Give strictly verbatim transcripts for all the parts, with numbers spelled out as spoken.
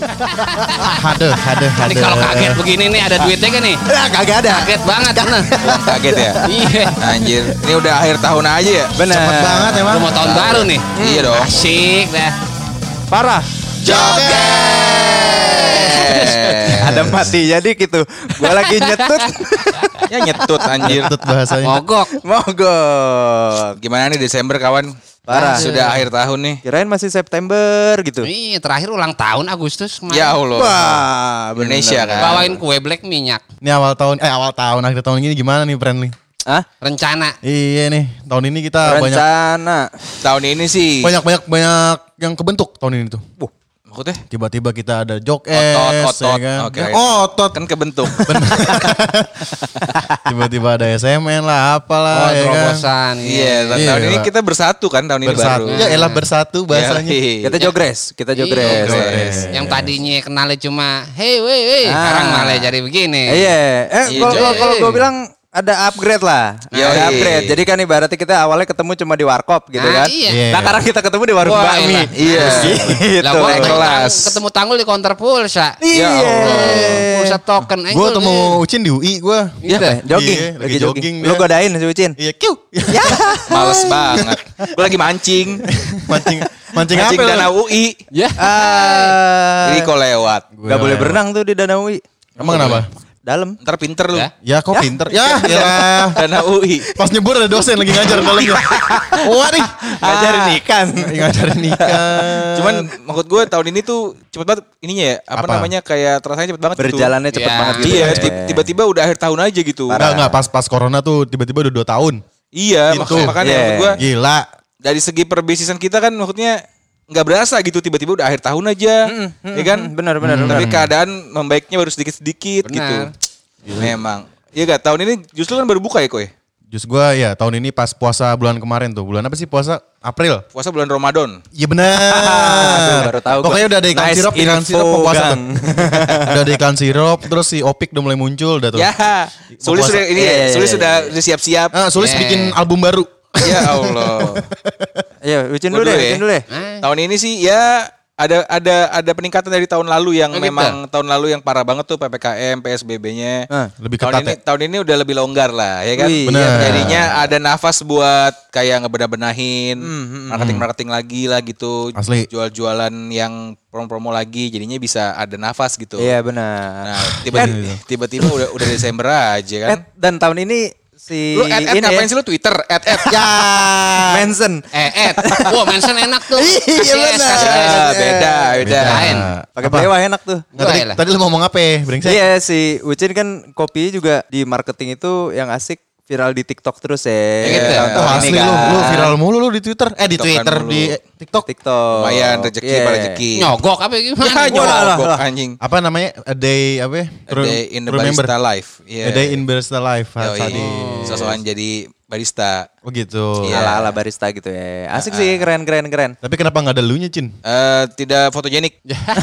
Haduh, haduh, Ini haduh. kalau kaget begini nih ada duitnya kan nih? Ya, kagak ada. Kaget banget nah. Uang kaget ya. Iya. Anjir, ini udah akhir tahun aja ya. Bener. Cepet banget emang. Udah mau tahun baru nih. Iya dong. Asik dah. Parah. Ada mati jadi gitu. Gua lagi nyetut. Ya nyetut anjir. Nyetut bahasanya. Mogok. Mogok. Gimana nih Desember kawan? Parah. Sudah akhir tahun nih. Kirain masih September gitu. Iya, terakhir ulang tahun Agustus kemarin. Ya Allah. Wah, Indonesia kan. Bawain kue black minyak. Ini awal tahun, eh awal tahun, akhir tahun ini gimana nih Friendly? Hah? Rencana. Iya nih, tahun ini kita banyak Rencana. Tahun ini sih. banyak banyak banyak yang kebentuk tahun ini tuh. Uh, maksudnya? Tiba-tiba kita ada jok Otot, es, otot. ya kan? Oke. Ya, otot. Kan kebentuk. Tiba-tiba ada S M N lah, Oh, apalah ya kan. terobosan. Iya, Iya, tahun ini Pak. kita bersatu kan tahun ini Bersatu. baru. Ya elah bersatu bahasanya. Ya, Kita jogres, kita jogres. Iya, jogres. Yang tadinya kenalnya cuma hey wey wey, Ah. sekarang malah jadi begini. Iya, eh Iya, kalau Joy. kalau gue bilang ada upgrade lah. Iya, Ada iya. upgrade. Jadi kan ibaratnya kita awalnya ketemu cuma di warkop gitu Ah, kan. iya. Iya. Nah, sekarang kita ketemu di warung Wah, bakmi. elah. Iya. Gitu. Lah gua naik ketemu, kelas. ketemu tanggul di counter pulsa. Iya. Pulsa token. Eh, Gue gua- temu Ucin di U I gue. Gitu. Eh, jogging, Iya, lagi lagi jogging. jogging Lu dia. godain si Ucin. Iya, kiu. Ya. Males banget. Gue lagi mancing. Mancing, mancing, Mancing apa lu? danau U I. Ya. Ah. Jadi kok lewat. Gak boleh berenang tuh di Danau U I. Emang kenapa? Dalam. Ntar pinter lu. Ya. Ya kok pinter. Ya, ya. Danau U I. Pas nyebur ada dosen lagi ngajar dalamnya. Wah nih. Ngajarin ikan. Ngajarin ikan. Cuman maksud gue tahun ini tuh cepet banget ininya ya. Apa, Apa? namanya kayak terasanya cepet banget Berjalannya cepet Ya. banget gitu. gitu. Iya, ya. ti- tiba-tiba udah akhir tahun aja gitu. Enggak, enggak. Pas, pas corona tuh tiba-tiba udah dua tahun. Iya, Gitu. makanya, makanya Iya. maksud gue Gila. dari segi perbisnisan kita kan maksudnya nggak berasa gitu tiba-tiba udah akhir tahun aja, ya kan? Benar, benar, Tapi benar. keadaan membaiknya baru sedikit-sedikit Benar. gitu. Memang. Iya gak, tahun ini justru kan baru buka ya Koy? Jus gue ya tahun ini pas puasa bulan kemarin tuh. Bulan apa sih puasa? April. Puasa bulan Ramadan. Iya benar. Aduh, baru tahu gua. Pokoknya udah ada iklan Nice sirup, iklan info, sirup mau puasa Gang. tuh. Udah ada iklan sirup, terus si Opik udah mulai muncul udah tuh. Ya, Sulis puasa. sudah ini Iya, ya, iya, Sulis iya, sudah iya. sudah siap-siap. Ah, Sulis Yeah. bikin album baru. Ya Allah. Ayo, Ucin Gua dulu deh, dulu ya. Ucin dulu deh. Ah. Tahun ini sih ya ada ada ada peningkatan dari tahun lalu yang Oh, gitu? memang tahun lalu yang parah banget tuh P P K M, P S B B-nya. Ah, lebih tahun ketat ini ya? tahun ini udah lebih longgar lah ya kan. Wih, Bener. Jadinya ada nafas buat kayak ngebedah-bedahin, Hmm, marketing-marketing lagi lah gitu. Asli. Jual-jualan yang promo-promo lagi jadinya bisa ada nafas gitu. Iya benar. Nah, tiba-tiba tiba-tiba udah udah Desember aja kan. Eh, dan tahun ini si Lu add, add ini ngapain ya. sih lu Twitter? Add add. Ya, mention. Eh, Ed. Wah, mention enak tuh. Iya, Kasih es, benar. kasih es. Ah, beda, beda. Lain. Pakai Apa? belewah enak tuh. Nggak, tadi, Yaelah. tadi lu mau ngomong apa ya? Brengsek. Iya, si Ucin kan kopi juga di marketing itu yang asik viral di TikTok terus ya. Ya gitu. Tahun-tahun Oh, ini asli kan. lu, lu viral mulu lu di Twitter. Eh di TikTok kan Twitter, mulu. di eh, TikTok. TikTok. Lumayan rezeki Iya. apa rezeki. Nyogok apa gimana? Ya, Wah, lah, nyogok lah. anjing. Apa namanya? A day apa ya? A day in the Remember. barista life. Iya. A day in barista life. Yoi. Tadi. Sosokan jadi barista. Oh gitu. Iya. Ala-ala barista gitu ya. Asik sih, keren keren keren. Tapi kenapa nggak ada lunya, Cin? Eh tidak fotogenik.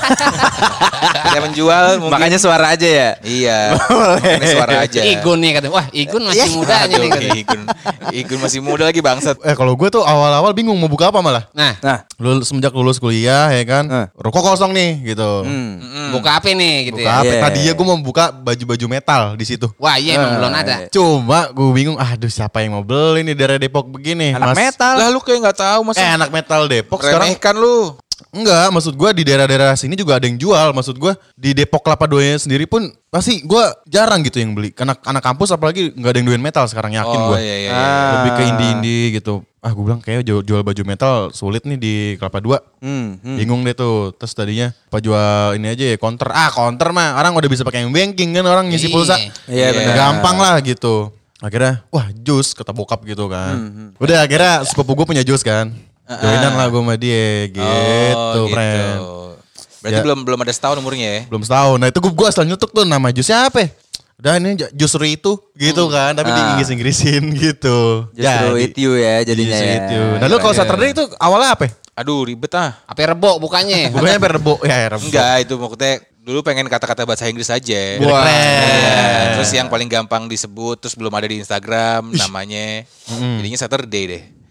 Tidak menjual mungkin. Makanya suara aja ya. Iya. Boleh. Makanya suara aja. Igun nih katanya. Wah, Igun masih mudanya Aduh, nih katanya. Igun. Igun masih muda lagi bangsat. Eh kalau gue tuh awal-awal bingung mau buka apa malah. Nah, Nah, Lulus semenjak lulus kuliah ya kan. Eh. Rokok kosong nih gitu. hmm. buka apa nih gitu Buka ya? apa? Iya. Tadinya gue mau buka baju-baju metal di situ. Wah, iya emang Ah, belum ada. iya. Cuma gue bingung, aduh siapa yang mau beli nih daerah Depok begini? Anak Mas- metal. Lah lu kayak nggak tahu masa. Eh anak metal Depok sekarang remehkan lu. enggak, maksud gue di daerah-daerah sini juga ada yang jual. Maksud gue di Depok Kelapa Dua sendiri pun pasti gue jarang gitu yang beli. Anak anak kampus apalagi nggak ada yang doyan metal sekarang, yakin Oh gue. iya iya. iya. Ah. Lebih ke indie-indie gitu. Ah gue bilang kayak jual, jual baju metal sulit nih di Kelapa Dua. Hmm, hmm. Bingung deh tuh. Terus tadinya apa jual ini aja ya counter. Ah counter mah orang udah bisa pakai banking kan, orang ngisi Iya. pulsa. Iya, benar. Gampang lah gitu. Akhirnya wah jus kata bokap gitu kan. Udah akhirnya sepupu gue punya jus kan. Joinan lah gue sama dia gitu, Oh, friend. Berarti Ya. belum belum ada setahun umurnya ya. Belum setahun. Nah itu gue gue asal nyetuk tuh nama jusnya apa ya? Udah ini j- jus itu gitu kan. Tapi Ah. di Inggris-Inggrisin gitu. Justru it you ya jadinya Justru ya. it you. Nah lu kalau Iya. Saturday itu awalnya apa ya? Aduh ribet ah. Apa rebo bukannya? Bukannya perbo ya rebo. Enggak, itu maksudnya dulu pengen kata-kata bahasa Inggris aja. Wah. Iya. Terus yang paling gampang disebut, terus belum ada di Instagram namanya. Jadinya Saturday deh.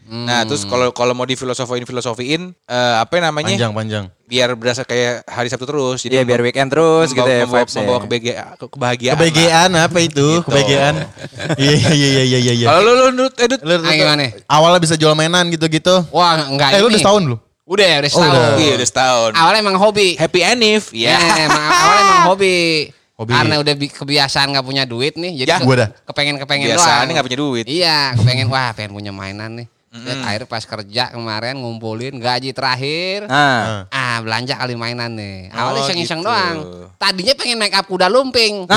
Nah, terus kalau kalau mau difilosofiin filosofiin eh, apa namanya? Panjang-panjang. Biar berasa kayak hari Sabtu terus. Iya biar weekend terus gitu ya membawa, vibes ya. membawa kebahagia- kebahagiaan. lah. Kebahagiaan apa itu? Kebahagiaan. Iya iya iya iya iya. iya. Kalau lu lu Dut, eh, Dut. Lu- lu- Ah, gimana? Awalnya bisa jual mainan gitu-gitu. Wah, enggak Eh lu ini. udah setahun belum? Udah, udah setahun. udah. Iya udah setahun. Awalnya emang hobi. Happy Anif. Ya, Ya. emang awalnya emang hobi. Hobi. Karena udah bi- kebiasaan nggak punya duit nih, jadi Ya, ke- gua dah. kepengen-kepengen doang. Biasanya nggak punya duit. Iya, kepengen wah pengen punya mainan nih. Lihat akhirnya pas kerja kemarin ngumpulin gaji terakhir. Nah, Ah, belanja kali mainan nih. Oh, Awalnya iseng-iseng gitu. doang. Tadinya pengen make up kuda lumping.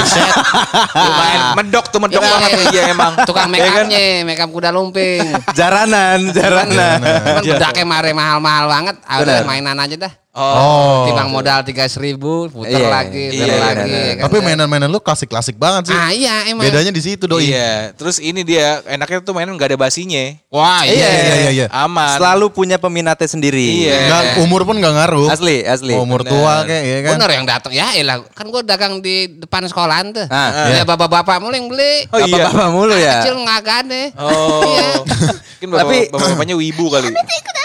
Lumayan medok tuh medok Iya, banget iya. tuh dia emang. Tukang make Ya kan? upnya, make up kuda lumping. jaranan, jaranan. Cuman udah kemarin mahal-mahal banget. Ah, udah mainan aja dah. Oh. Timbang modal tiga ribu, puter Iya, lagi, puter iya, lagi. benar. kan. Tapi mainan-mainan lu klasik-klasik banget sih. Ah iya emang. Bedanya di situ doi. Iya, terus ini dia enaknya tuh mainan nggak ada basinya. Wah Iya iya. iya iya iya. Aman. Selalu punya peminatnya sendiri. Iya. Nggak, umur pun nggak ngaruh. Asli, asli. Umur tua kayak ya kan. Bener yang datang ya elah kan gue dagang di depan sekolahan tuh. Ah, ya bapak-bapak mulai yang beli. Oh iya. Bapak-bapak mulu ya. Kecil nggak gade. Oh. Iya. Mungkin bapak, Tapi- bapak-bapaknya wibu kali.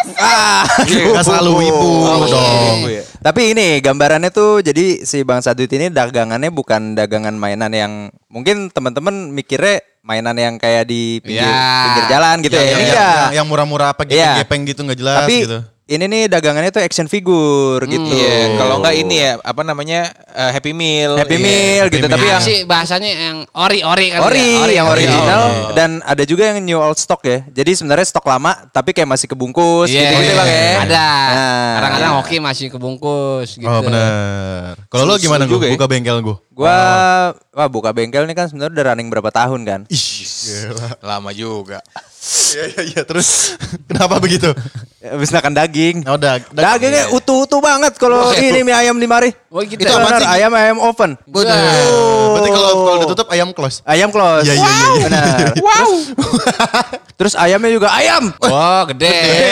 Ah, Nggak selalu ibu Oh, dong. wibu ya. Tapi ini gambarannya tuh jadi si Bang Sadut ini dagangannya bukan dagangan mainan yang mungkin teman-teman mikirnya mainan yang kayak di pinggir, Ya. pinggir jalan gitu Yang, ya. yang, Ini yang, enggak. yang, yang murah-murah apa Iya. gepeng-gepeng gitu nggak jelas Tapi gitu. ini nih dagangannya tuh action figure gitu. Iya, kalau nggak ini ya apa namanya eh, Happy Meal. Happy Iya. Meal gitu. Happy Tapi Meal. yang sih bahasanya yang ori-ori kan. ori, ya? yang ori. original Oh. dan ada juga yang new old stock ya. Jadi sebenarnya stok lama tapi kayak masih kebungkus Iya, gitu gitu Bang ya. ada. Nah. Kadang-kadang hoki masih kebungkus gitu. Oh benar. Kalau lu Seru gimana juga gue ya. buka bengkel gue? Gua wah buka bengkel nih kan sebenarnya udah running berapa tahun kan. Ih, gila. Lama juga. Iya iya iya terus kenapa begitu? Habis makan daging. Oh, dag Dagingnya utuh-utuh banget kalau ini mie ayam di mari. Oh gitu. Itu Itu apaan benar sih? ayam ayam oven. Waduh. Berarti kalau kalau ditutup ayam close. Ayam close. Iya, iya, iya, iya. Benar. Wow. Terus ayamnya juga ayam. Oh gede.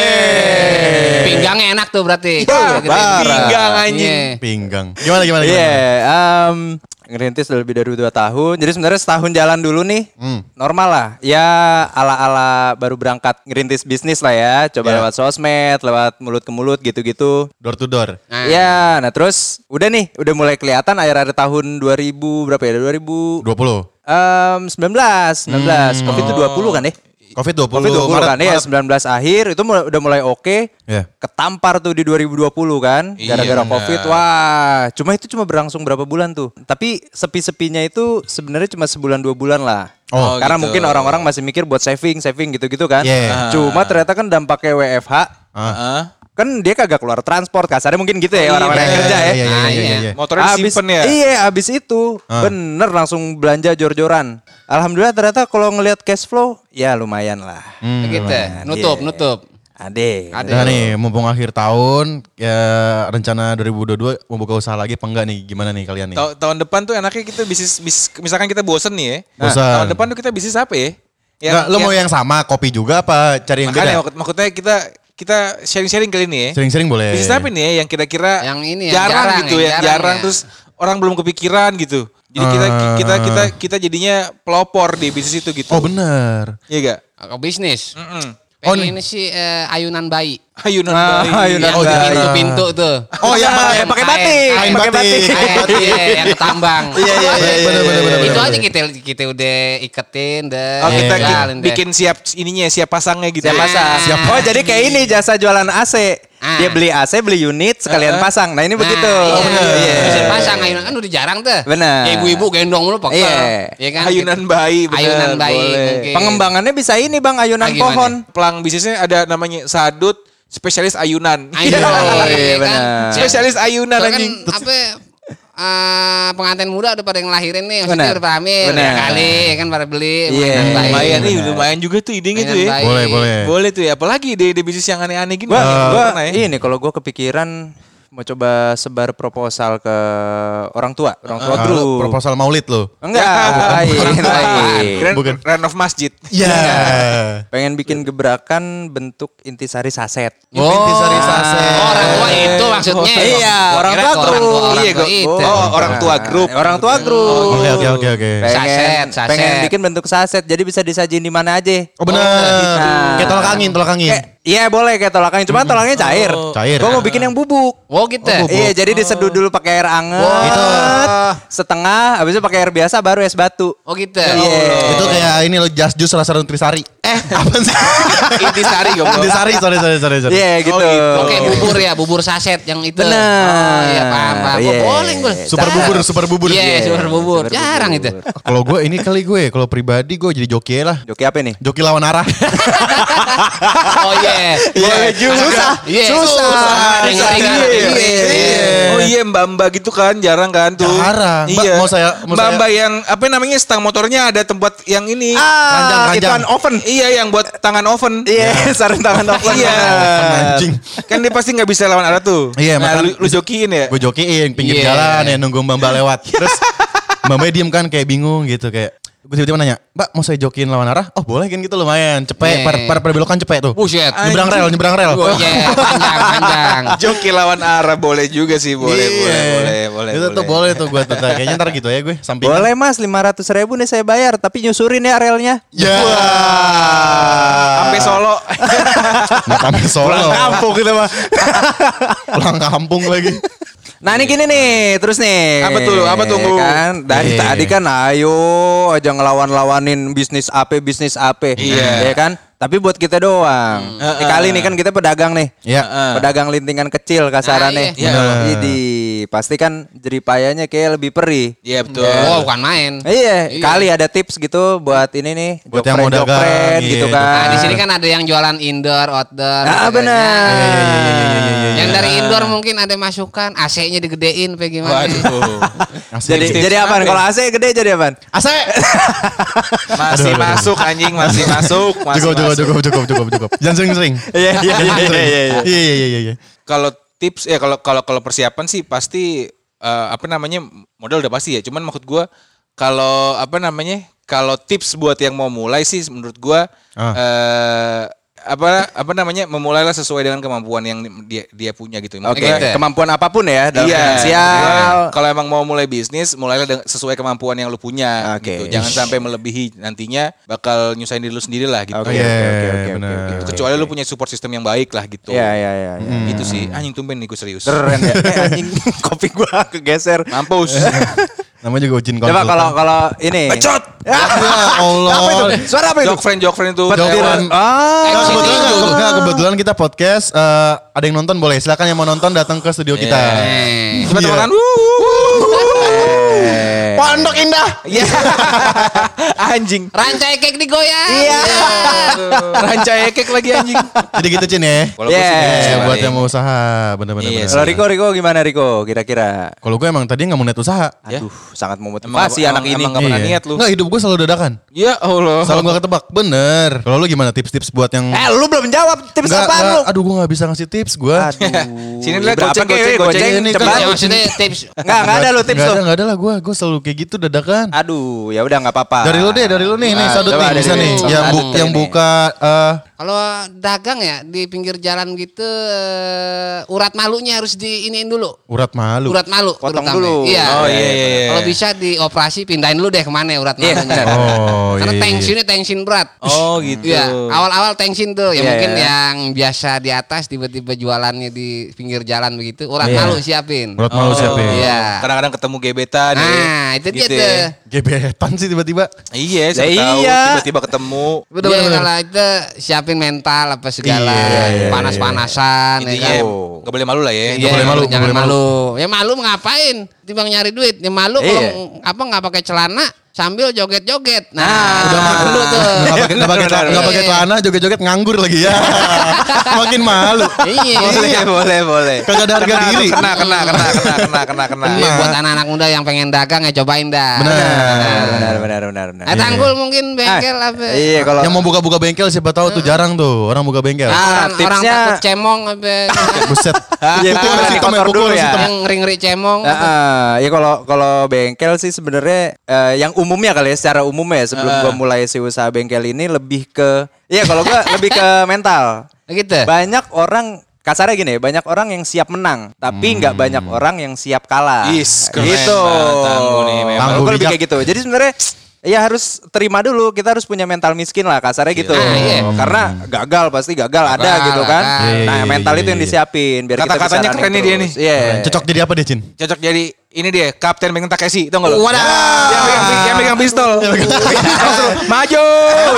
Pinggangnya enak tuh berarti. Wah, Gede. parah. Pinggang anjing. Iya. Pinggang. Gimana gimana Iya, gimana? em, ngerintis udah lebih dari dua tahun. Jadi sebenarnya setahun jalan dulu nih. Hmm. Normal lah. Ya ala-ala baru berangkat ngerintis bisnis lah ya. Coba Iya. lewat sosmed, lewat mulut ke mulut gitu-gitu. Door to door. Nah, Ya, nah terus udah nih, udah mulai kelihatan akhir-akhir tahun dua ribu berapa ya? dua ribu dua puluh. em, sembilan belas, sembilan belas. Hmm. Covid itu dua puluh kan ya? Covid dua puluh. Covid dua puluh Maret, kan ya, Maret. sembilan belas akhir itu mulai- udah mulai oke. Ya. Ketampar tuh di dua ribu dua puluh kan, Iya, gara-gara benar. Covid. Wah, cuma itu cuma berlangsung berapa bulan tuh. Tapi sepi-sepinya itu sebenarnya cuma sebulan dua bulan lah. Oh, Karena gitu. mungkin orang-orang masih mikir buat saving, saving gitu-gitu kan. Yeah. Cuma ternyata kan dampaknya W F H, Ah. Heeh. kan dia kagak keluar transport, kasarnya mungkin gitu ya Oh, orang-orang iya, yang kerja ya. Iya iya Ah, iya iya. iya. Motornya disimpen ya. Iya, abis itu Ah. bener langsung belanja jor-joran. Alhamdulillah ternyata kalau ngelihat cash flow ya lumayan lah. Hmm. gitu. lumayan. Nutup, Iya. nutup. Ade. Ade. Nah nih, mumpung akhir tahun, ya rencana dua ribu dua puluh dua mau buka usaha lagi apa enggak nih? Gimana nih kalian nih? Ta- tahun depan tuh enaknya kita bisnis, bis- misalkan kita bosen nih ya. Bosan. Tahun depan tuh kita bisnis apa ya? Enggak, lo mau yang sama kopi juga apa cari yang makanya beda? maksud- maksudnya kita kita sharing-sharing kali ini ya. Sering-sering boleh. Bisnis apa nih ya yang kira-kira Yang ini, yang jarang, jarang, gitu yang ya, jarang jarang ya. terus orang belum kepikiran gitu. Jadi kita Ah. kita kita kita jadinya pelopor di bisnis itu gitu. Oh bener. Iya gak? Ke bisnis. Mm-mm. Oh, Pengen ini sih eh, ayunan bayi. Ayunan Ah, bayi. ayunan Yang Oh, di jadi- pintu-pintu tuh. Oh ya, Nah, pakai pakai kain- batik, kain pakai batik. batik. Kayak iya, yang ketambang. Iya, iya, iya, iya, Bener, iya, bener, iya, Itu iya. aja kita kita udah iketin deh. Oh kita Iya. ki- bikin siap ininya, siap pasangnya gitu. Siap ya. pasang. Siap. Oh jadi kayak ini jasa jualan A C. Ah. Dia beli A C, beli unit sekalian pasang. Nah ini begitu. Nah, Oh, iya. iya. Bisa pasang ayunan kan udah jarang tuh. Bener. Ya, ibu-ibu gendong mulu pakai. Iya. Iya kan? Ayunan bayi. bener, Ayunan bayi boleh. mungkin. Pengembangannya bisa ini bang, ayunan Ah, gimana? pohon. Pelang bisnisnya ada namanya Sadut spesialis ayunan. Ayunan. Iya, iya kan? benar. Spesialis ayunan Soalnya anjing. kan apa eh, pengantin muda udah pada ngelahirin nih, maksudnya Benar. udah pada hamil, Benar. ya kali ya kan pada beli Iya. mainan bayi. Lumayan nih, Benar. lumayan juga tuh idenya Mainan tuh ya. bayi. Boleh boleh. Boleh tuh ya, apalagi ide-ide bisnis yang aneh-aneh gini. Gua, Nggak gua pernah ya. ini kalau gua kepikiran mau coba sebar proposal ke orang tua, orang tua Ah, grup. proposal maulid lo. Enggak, lain, lain. Keren Bukan. renov masjid. Iya. Pengen bikin gebrakan bentuk intisari saset. Oh, intisari saset. Oh, orang tua itu maksudnya. Iya, Gua orang kira tua ke orang grup. tua, orang Iya, tua gua- itu. oh, orang tua grup. Orang tua grup. Oke oke oke oke. Pengen, Saset, saset. pengen bikin bentuk saset, jadi bisa disajiin di mana aja. Oh benar. Nah. Kayak tolak angin, tolak angin. Kayak- Iya boleh kayak tolak angin, cuma tolaknya cair. Cair. Gue mau bikin yang bubuk. Oh gitu. Iya, jadi diseduh dulu pakai air anget. Itu. Setengah, habis itu pakai air biasa baru es batu. Oh gitu. Iya. Itu kayak ini lo just juice rasa nutrisari. Eh, apa sih? Intisari goblok. Intisari, sorry sorry sorry sorry. Iya gitu. Oh, gitu. Oke, bubur ya, bubur saset yang itu. Bener. Oh iya, paham, paham. Iya. Oh, boleh, boleh. Super bubur, super bubur. Iya, Iya, super bubur. super Jarang bubur. itu. Kalau gue ini kali gue, kalau pribadi gue jadi joki lah. Joki apa nih? Joki lawan arah. Oh iya. Boleh juga. Susah. Iya. Susah. Ringan-ringan. Iya. Iya. Oh iya mbak-mbak gitu kan jarang kan tuh. Jarang. Mbak, Iya. mau saya- mau saya- mbak-mbak yang apa namanya stang motornya ada tempat yang ini. Ranjang, Ah, ranjang. ituan oven. Iya yang buat tangan oven. Iya, sarung tangan oven. Iya. Anjing. Kan dia pasti nggak bisa lawan arah tuh. Iya, nah, makan- lu, lu jokiin ya. Gue jokiin pinggir Iya. jalan ya nunggu mbak mbak lewat. Terus mbak mbak diem kan kayak bingung gitu kayak. Gue tiba-tiba nanya, Mbak mau saya jokiin lawan arah? Oh boleh kan gitu lumayan. Cepet, Iya. par, par, par belokan cepet tuh. Buset. Nyebrang rel, nyebrang rel. Oh iya, panjang, panjang. Joki lawan arah boleh juga sih, boleh, Iya. boleh, boleh, boleh. Itu tuh boleh tuh gue tuh. Kayaknya ntar gitu ya gue. Samping. Boleh mas, lima ratus ribu nih saya bayar, tapi nyusurin ya relnya. Ya. Sampai Solo. Nggak sampai Solo. Kampung gitu mah. Pulang kampung lagi. Nah ini gini nih, terus nih. Apa tuh? Apa tuh, Bu? Kan dari Iya. tadi kan ayo aja ngelawan-lawanin bisnis A P, bisnis A P. Iya. Ya kan? Tapi buat kita doang. Hmm. Ini kali ini kan kita pedagang nih. Iya. Pedagang lintingan kecil kasarannya. Ah, iya. Bener. Jadi pasti kan jeripayanya kayak lebih perih. Iya betul. Oh, bukan main. Iya, Iya. kali ada tips gitu buat ini nih, Buat yang mau dagang, jokpren gitu iya, kan. Nah, di sini kan ada yang jualan indoor, outdoor. Ah, gitu kan. benar. Iya, iya, iya, iya, iya, iya. Yang dari indoor mungkin ada masukan, A C-nya digedein apa gimana? Waduh. Asik. Jadi Tips jadi apa apaan? ya? Kalau A C gede jadi apaan? Ase. Masih Aduh, aduh, masuk anjing, masih masuk, masih Cukup, cukup, masuk. cukup, cukup, cukup, cukup. Jangan sering-sering. Iya iya Jangan iya sering. iya iya. Iya, iya, iya, iya. Kalau tips ya kalau kalau kalau persiapan sih pasti eh, apa namanya modal udah pasti ya. Cuman maksud gua kalau apa namanya kalau tips buat yang mau mulai sih menurut gua Ah. eh apa apa namanya memulailah sesuai dengan kemampuan yang dia dia punya gitu. Oke, Maksudnya, Gitu. kemampuan apapun ya dalam Iya. finansial. Kalau emang mau mulai bisnis, mulailah dengan- sesuai kemampuan yang lu punya. Oke. Gitu. Jangan sampai melebihi nantinya bakal nyusahin diri lu sendiri lah gitu. Oke, Iya, oke, oke, oke, benar. oke, oke. Kecuali lu punya support system yang baik lah gitu. Iya iya iya. iya. Itu sih anjing tumben nih gue serius. Keren ya. Eh, anjing kopi gua kegeser. Mampus. Namanya juga Ujin Coba kalau kalau ini. Bacot. Ya Allah. Apa itu? Suara apa itu? Jok friend, jok friend itu. Kebetulan, Ah. Nggak, M C kebetulan, tinju. nggak, kebetulan kita podcast eh, ada yang nonton boleh silakan yang mau nonton datang ke studio kita. Eh. Coba Iya. teman Eh. Pondok Indah. Iya. Anjing. Rancai cake digoyang. Iya. Rancai kek lagi anjing. Jadi gitu Cin ya. Kalau gue sih Yeah. gitu sih, Ya, buat paling. yang mau usaha bener-bener. Iya, bener. Kalau Riko Riko gimana Riko kira-kira? Kalau gue emang tadi nggak mau niat usaha. Ya. Aduh, sangat Emang memotivasi emang- anak ini. emang nggak pernah niat lu. Nggak, hidup gue selalu dadakan. Ya Allah. Selalu gak ketebak. Bener. Kalau lu gimana tips-tips buat yang Eh, lu belum jawab tips Nggak, apaan nggak, lu? aduh gue gak bisa ngasih tips gue. Aduh. Sini lihat Berapa goceng, goceng, eh, goceng, goceng ini kan cepat. Ya maksudnya tips. Enggak, enggak ada lu tips Nggak tuh. ada, nggak ada lah gue. Gue selalu kayak gitu dadakan. Aduh, ya udah nggak apa-apa. Dari lu deh, dari lu nih, nih Ah, Sadut coba nih, dari bisa lu. nih. Sadut Yang, bu- nih. yang buka eh Kalau dagang ya di pinggir jalan gitu eh, urat malunya harus diiniin dulu. urat malu. Urat malu Potong terutama. dulu. Iya. Oh iya iya. iya. Kalau bisa dioperasi pindahin dulu deh kemana ya urat Iya. malunya. Oh, Karena iya, iya. tensinya tensin berat. Oh gitu. Iya, awal-awal tensin tuh ya Iya, mungkin iya. yang biasa di atas tiba-tiba jualannya di pinggir jalan begitu, urat Iya. malu siapin. Urat malu siapa ya? Iya. Kadang-kadang ketemu gebetan. ya. Nah, itu dia Gitu tuh. ya. Gebetan sih tiba-tiba. Iya, Ya siapa tahu iya. tiba-tiba ketemu. Bener, Iya, bener, bener. kalau itu siapin mental apa segala, Iya, iya, panas-panasan ya Intinya kan. Oh. nggak boleh malu lah ya. Iya, boleh malu, jangan nggak boleh malu. Ya malu ngapain? Timbang nyari duit. Ya malu Iya. kalau apa nggak pakai celana, sambil joget-joget. Nah, Ah. udah mah dulu tuh. Nggak pakai nggak pakai celana- nggak pakai celana, joget-joget nganggur lagi ya. Makin malu. Iya. Boleh, boleh, boleh. Kagak ada harga diri. Kena, kena, kena, kena, kena, kena, kena. Iya, buat anak-anak muda yang pengen dagang ya cobain dah. Benar. Benar, benar, benar, benar. Eh, Tanggul mungkin bengkel Ah, apa? Iya, kalau Yang mau buka-buka bengkel siapa tahu tuh jarang tuh orang buka bengkel. Ah, Orang, orang tipsnya- takut cemong apa? Buset. Iya, Pukul pukul sistem ya, kotor pukul dulu ya. sistem. yang ngeri-ngeri cemong. Ah, ah. ya kalau kalau bengkel sih sebenarnya eh, yang umumnya kali ya secara umum ya sebelum gua mulai si usaha bengkel ini lebih ke iya kalau gua lebih ke mental. Gitu. Banyak orang kasarnya gini, banyak orang yang siap menang, tapi nggak banyak orang yang siap kalah. Is, keren gitu. banget Tangguh nih, memang. Kalau Tangguh gua lebih bijak. kayak gitu. Jadi sebenarnya ya harus terima dulu, kita harus punya mental miskin lah kasarnya gitu. Ah, iya. Karena gagal pasti gagal, ada Gagal, gitu kan. gagal. Nah, Iya, mental iya, itu yang iya. disiapin biar kita bisa Kata-katanya running keren nih dia terus. nih. Iya. Cocok jadi apa dia, Cin? Cocok jadi ini dia, Kapten Megang Takeshi, tau gak lo? Wadah. Yang megang, yang megang pistol. Maju.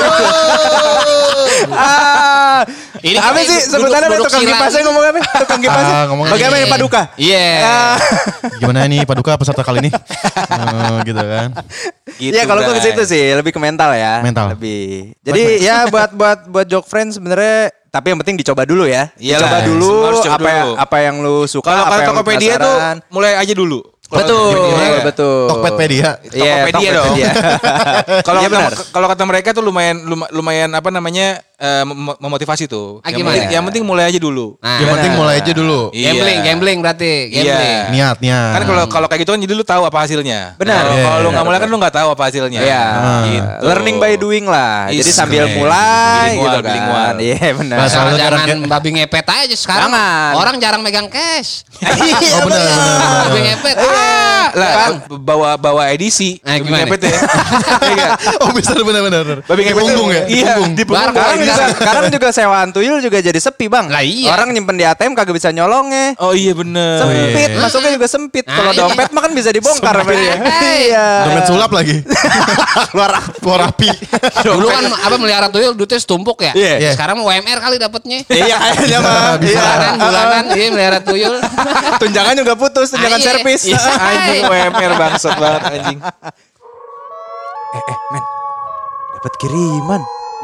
Ah, Ini apa kayak sih duduk- sebutannya duduk tukang sila. kipasnya ngomong apa? Tukang kipasnya. Ah, ngomong Bagaimana apa? Paduka? Iya. Ah. Gimana nih Paduka peserta kali ini? Eh, gitu kan. Gitu, Iya kalau gue ke Bray. situ sih lebih ke mental ya. Mental. Lebih. Jadi ya buat buat buat joke friends sebenarnya tapi yang penting dicoba dulu ya. Iyalah, Dicoba dulu semua harus coba apa dulu. apa yang lu suka, Kalau apa kalau yang lu Tokopedia tuh penasaran. mulai aja dulu. Kalau Betul, Tokopedia. betul. Tokpedpedia. Iya, Tokopedia dong. Tokopedia. Kalau Iya, kata, benar. kalau kata mereka tuh lumayan luma- lumayan apa namanya eh, mem- memotivasi tuh. Ah, yang, gimana? penting, yang penting mulai aja dulu. Nah, Yang penting mulai aja dulu. Iya. gambling, gambling berarti, gambling. Iya. Niat, niat. Kan kalau kalau kayak gitu kan jadi lu tahu apa hasilnya. Benar. Kalau Iya, kalau lu iya, nggak mulai kan lu nggak tahu apa hasilnya. Iya. Gitu. Learning by doing lah. Is, Jadi sambil keren. mulai Bilingual, gitu kan. bilingual. Iya benar. Bahasa Jangan, lu jangan kayak- babi ngepet aja sekarang. Jangan. Orang jarang megang cash. Iya Oh, benar, benar, benar. Babi ngepet. Iya. Ah, Lah kan. bawa bawa edisi. Nah, Babi gimana? ngepet ya. Iya nggak? Oh bisa benar-benar. Babi Di ngepet punggung ya? Di Iya, punggung. di punggung. Barang Sekarang Iya. juga, sekarang juga sewaan tuyul juga jadi sepi bang. Lah iya. Orang nyimpen di A T M kagak bisa nyolongnya. Oh iya bener. Sempit, iya. masuknya juga sempit. Nah, Kalau iya. dompet mah kan bisa dibongkar sama dia. Iya. Dompet sulap lagi. Keluar Keluar api. Dulu kan apa melihara tuyul duitnya setumpuk ya. Iya. Sekarang U M R kali dapetnya. Iya kayaknya mah. Iya. Bulanan, bulanan, iya melihara tuyul. Tunjangan juga putus, tunjangan Ah, iya. servis. Iya. Anjing U M R bangsat banget anjing. Eh, eh, men. Dapat kiriman.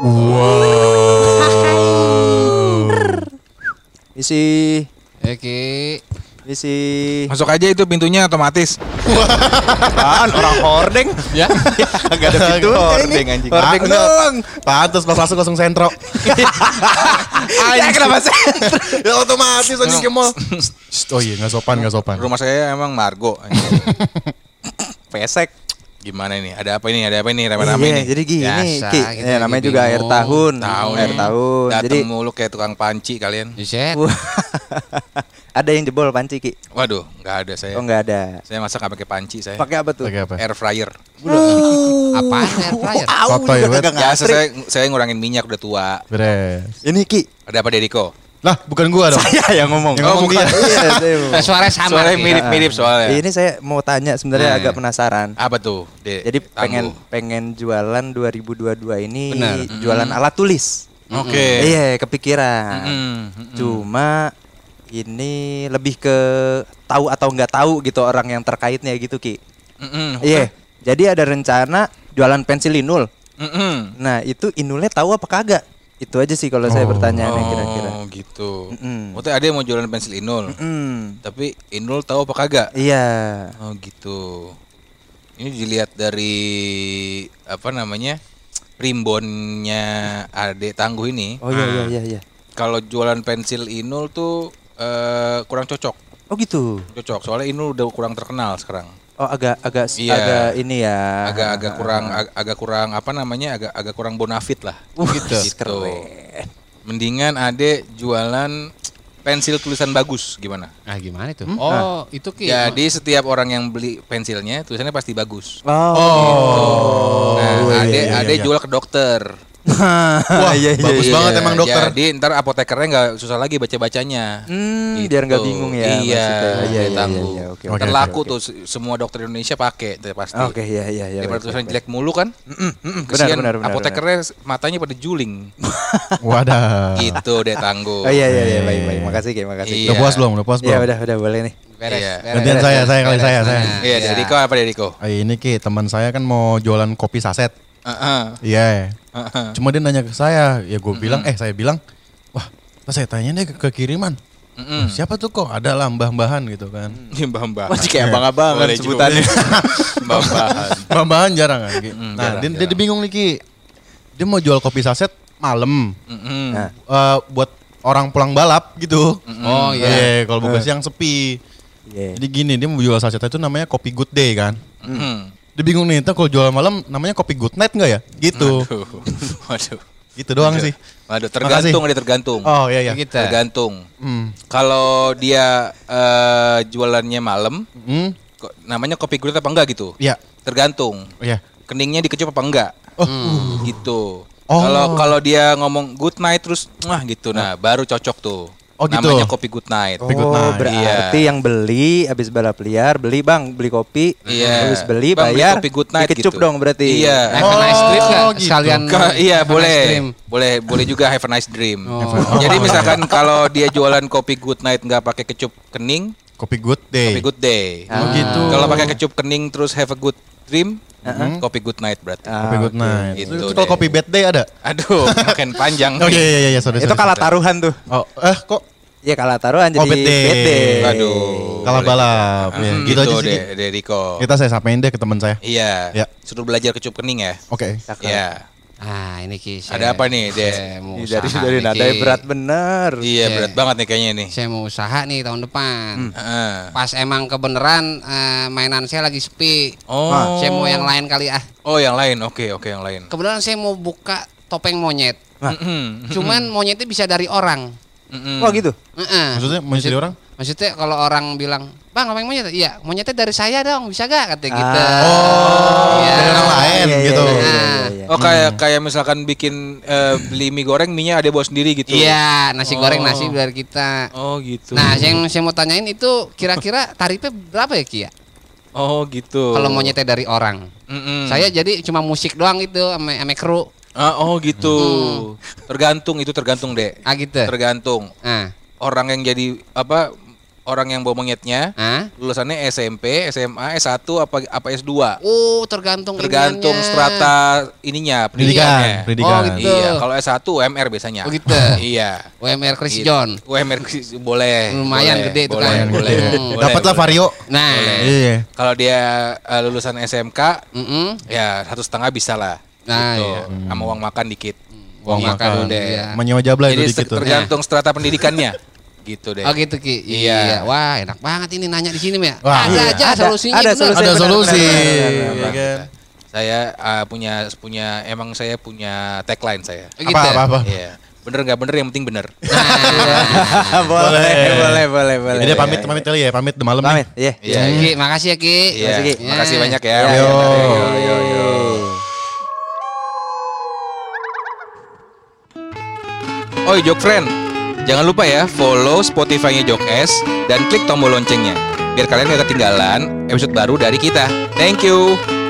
Isi, Oke. isi. Masuk aja itu pintunya otomatis. Apaan orang hordeng? Ya. Agak ada pintunya ini. Hordeng, anjing. Hordeng Ah, doang. Pantes pas masuk langsung sentro. Ya kenapa sih? Ya otomatis anjing ke mall. Shh, oh iya, nggak sopan, nggak sopan. Rumah saya emang Margo. anjing. Pesek. Gimana ini? Ada apa ini? Ada apa ini? Rame-rame Iya, nih. jadi gini, Biasa, Ki. kita Ya, lagi namanya juga akhir bingung. tahun. Tahu akhir nih. tahun. Dateng Jadi mulu kayak tukang panci kalian. Buset. Wah. Ada yang jebol panci, Ki? Waduh, nggak ada saya. Oh, enggak ada. Saya masak nggak pakai panci saya. Pakai apa tuh? Pakai apa? Air fryer. Apaan air fryer? Tahu Sotoy juga banget. kagak Biasa ngantri. saya saya ngurangin minyak udah tua. Beres. Ini Ki. Ada apa Dediko? Lah, bukan gua dong. Saya yang ngomong. Yang ngomong dia. Iya, saya ngomong. Eh, Suaranya sama. Soalnya Ki. mirip-mirip soalnya. Ini saya mau tanya sebenarnya Nah. agak penasaran. Apa tuh? De, Jadi pengen Tangguh. pengen jualan dua ribu dua puluh dua ini Benar. jualan alat tulis. Oke. Iya, kepikiran. Mm-mm, mm-mm. Cuma ini lebih ke tahu atau nggak tahu gitu orang yang terkaitnya gitu Ki. Mm-mm. Iya. Jadi ada rencana jualan pensil inul. Mm-mm. Nah, itu inulnya tahu apa kagak? Itu aja sih kalau saya pertanyaannya kira-kira. Oh gitu. Mm-mm. Maksudnya ada yang mau jualan pensil inul, Hmm. tapi inul tahu apa kagak? Iya. Oh gitu. Ini dilihat dari apa namanya primbonnya Ade Tangguh ini. Oh iya iya iya iya. Kalau jualan pensil inul tuh eh, kurang cocok. Oh gitu. Cocok. Soalnya inul udah kurang terkenal sekarang. Oh agak agak Iya. agak ini ya. Agak-agak kurang ag- agak kurang apa namanya? Agak agak kurang bonafit lah. Uh, gitu. keren. Mendingan Ade jualan pensil tulisan bagus gimana? Ah gimana itu? Oh, itu Ki. Jadi setiap orang yang beli pensilnya tulisannya pasti bagus. Oh. Nah, Ade iya, iya, Ade iya. jual ke dokter. Wah, iya, iya, bagus iya. banget emang dokter. Jadi ntar apotekernya nggak susah lagi baca-bacanya. Hmm, Gitu. biar nggak bingung ya. Iya, maksudnya. Iya, iya, Tangguh. iya, oke, oke, Ntar oke, laku oke. tuh se- semua dokter Indonesia pakai tuh pasti. Oke, iya, iya, iya. Daripada baik, tulisan baik, jelek mulu kan. benar, Kesian benar, benar, apotekernya matanya pada juling. Wadah. Gitu deh Tangguh. baik. Oh iya, iya, iya, baik, baik. Makasih, Ki, makasih. Iya. Udah puas belum? Udah puas Iya, belum? udah, udah boleh nih. Beres. Iya. beres. Gantian saya, saya kali saya, saya. Nah, Iya, dari Riko apa dari Riko? Ah, ini Ki, teman saya kan mau jualan kopi saset. Heeh. Iya. Cuma dia nanya ke saya, ya gue bilang, eh saya bilang, wah, pas saya tanya deh ke, ke kiriman. Mm-mm. Siapa tuh kok? Ada lah mbah-mbahan gitu kan. Ini mbah-mbah. Masih kayak abang-abangan Boleh sebutannya. Mbah-mbahan. Mbah-mbahan jarang kan. Ki. Mm, Nah, jarang, dia, dia, jarang. dia bingung nih Ki. Dia mau jual kopi saset malam. Mm-mm. Nah. Eh, buat orang pulang balap gitu. Oh iya. Iya, kalau bukan siang sepi. Iya. Jadi gini, dia mau jual sasetnya itu namanya kopi good day kan. Mm-mm. Dia bingung nih, ntar kalau jual malam namanya kopi good night nggak ya? Gitu. Waduh. Waduh. Gitu doang sih. Waduh, tergantung ada tergantung. Oh iya iya. Gitu. Tergantung. Hmm. Kalau dia eh, jualannya malam, Hmm. kok- namanya kopi good apa enggak gitu? Iya. Tergantung. Iya. Keningnya dikecup apa enggak? Oh. Gitu. Oh. Kalau kalau dia ngomong good night terus wah gitu. Nah, baru cocok tuh. Oh, gitu. Namanya kopi good night. Kopi good Oh, night. berarti Iya. yang beli habis balap liar, beli Bang, beli kopi. Iya. Habis beli Bang, beli bayar. kopi good night dikecup gitu. dong berarti. Iya. Have a nice Oh, dream nggak? gitu. Sekalian. Ka- iya have a nice boleh, dream. boleh, boleh juga have a nice dream. Oh. Jadi misalkan kalau dia jualan kopi good night nggak pakai kecup kening, Kopi good day. kopi good day. Oh gitu. Kalau pakai kecup kening terus have a good dream, kopi good night berarti. Ah, Kopi good oke. night. Gitu Itu kalau deh. kopi bad day ada? Aduh, makin panjang. Oh iya iya iya, iya sorry. Itu sorry. kalah taruhan tuh. Oh, eh kok Iya kalah taruhan jadi Oh, bete. bete. Aduh. kalah boleh balap juga. ya. Hmm, Gitu aja sih. deh, Ki. deh, Riko. Kita saya samain deh ke teman saya. Iya. Ya. Suruh belajar kecup kening ya. Oke. Cakep. Iya. Ah ini Ki. saya- Ada apa nih, Dek? saya mau Ih, dari usaha dari nih, nadanya Ki. berat bener. Iya, Oke. berat banget nih kayaknya nih. Saya mau usaha nih tahun depan. Heeh. Pas emang kebeneran eh, mainan saya lagi sepi. Oh. Saya mau yang lain kali ah. Oh, yang lain. Oke, oke yang lain. Kebetulan saya mau buka topeng monyet. Mm-mm. Cuman monyetnya bisa dari orang. Mm-mm. Oh gitu. Heeh. Maksudnya mau jadi orang? Maksudnya kalau orang bilang, "Bang, topeng monyet?" Iya, monyetnya dari saya dong, bisa gak? Kata gitu. Oh, Iya. dari orang lain Iya, iya, gitu. iya, iya, iya. Oh kayak kayak misalkan bikin eh, beli mie goreng mie-nya ada bawa sendiri gitu. Iya, nasi goreng Oh. nasi dari kita. Oh gitu. Nah, yang saya mau tanyain itu kira-kira tarifnya berapa ya, Ki ya? Oh gitu. Kalau monyetnya dari orang. Mm-mm. Saya jadi cuma musik doang itu sama sama kru. Ah, oh gitu. Tergantung itu tergantung, Dek. Ah gitu. Tergantung. Ah. Orang yang jadi apa orang yang bawa monyetnya Ah. lulusannya S M P, S M A, S satu apa apa S dua. Oh, tergantung Tergantung iniannya. strata ininya, Pendidikan, pendidikannya. pendidikan. Oh, gitu. Iya, kalau S satu U M R biasanya. Oh, gitu. Iya. U M R Chris Gitu. John. U M R boleh. Lumayan boleh, gede itu boleh, kan. Boleh. Hmm. boleh, Dapatlah boleh. Vario. Nah. Iya. Kalau dia eh, lulusan S M K, Mm-mm. ya satu setengah bisa lah. Nah, gitu. iya. Sama uang makan dikit. Uang Gitu makan, deh. iya. Menyewa jabla itu Jadi dikit tuh. tergantung strata pendidikannya. Gitu deh. Oh gitu Ki. Iya. Wah, enak banget ini nanya di sini ya. Wah, ada iya. aja Ada- solusinya. ada bener. solusi. Ada benar, solusi. benar, benar, benar, Iya kan? Saya uh, punya punya emang saya punya tagline saya. Oh, gitu. Apa apa apa. Iya. Bener nggak bener yang penting bener. boleh, boleh, boleh, boleh. Jadi pamit pamit kali ya, pamit udah malam Pamit. nih. Iya. Iya. Ki, makasih ya Ki. Iya. Makasih, Ki. Makasih banyak ya. Iya, Yo. iya, yo, yo. Oh, Jok Friend. Jangan lupa ya follow Spotify-nya Jok S dan klik tombol loncengnya biar kalian gak ketinggalan episode baru dari kita. Thank you.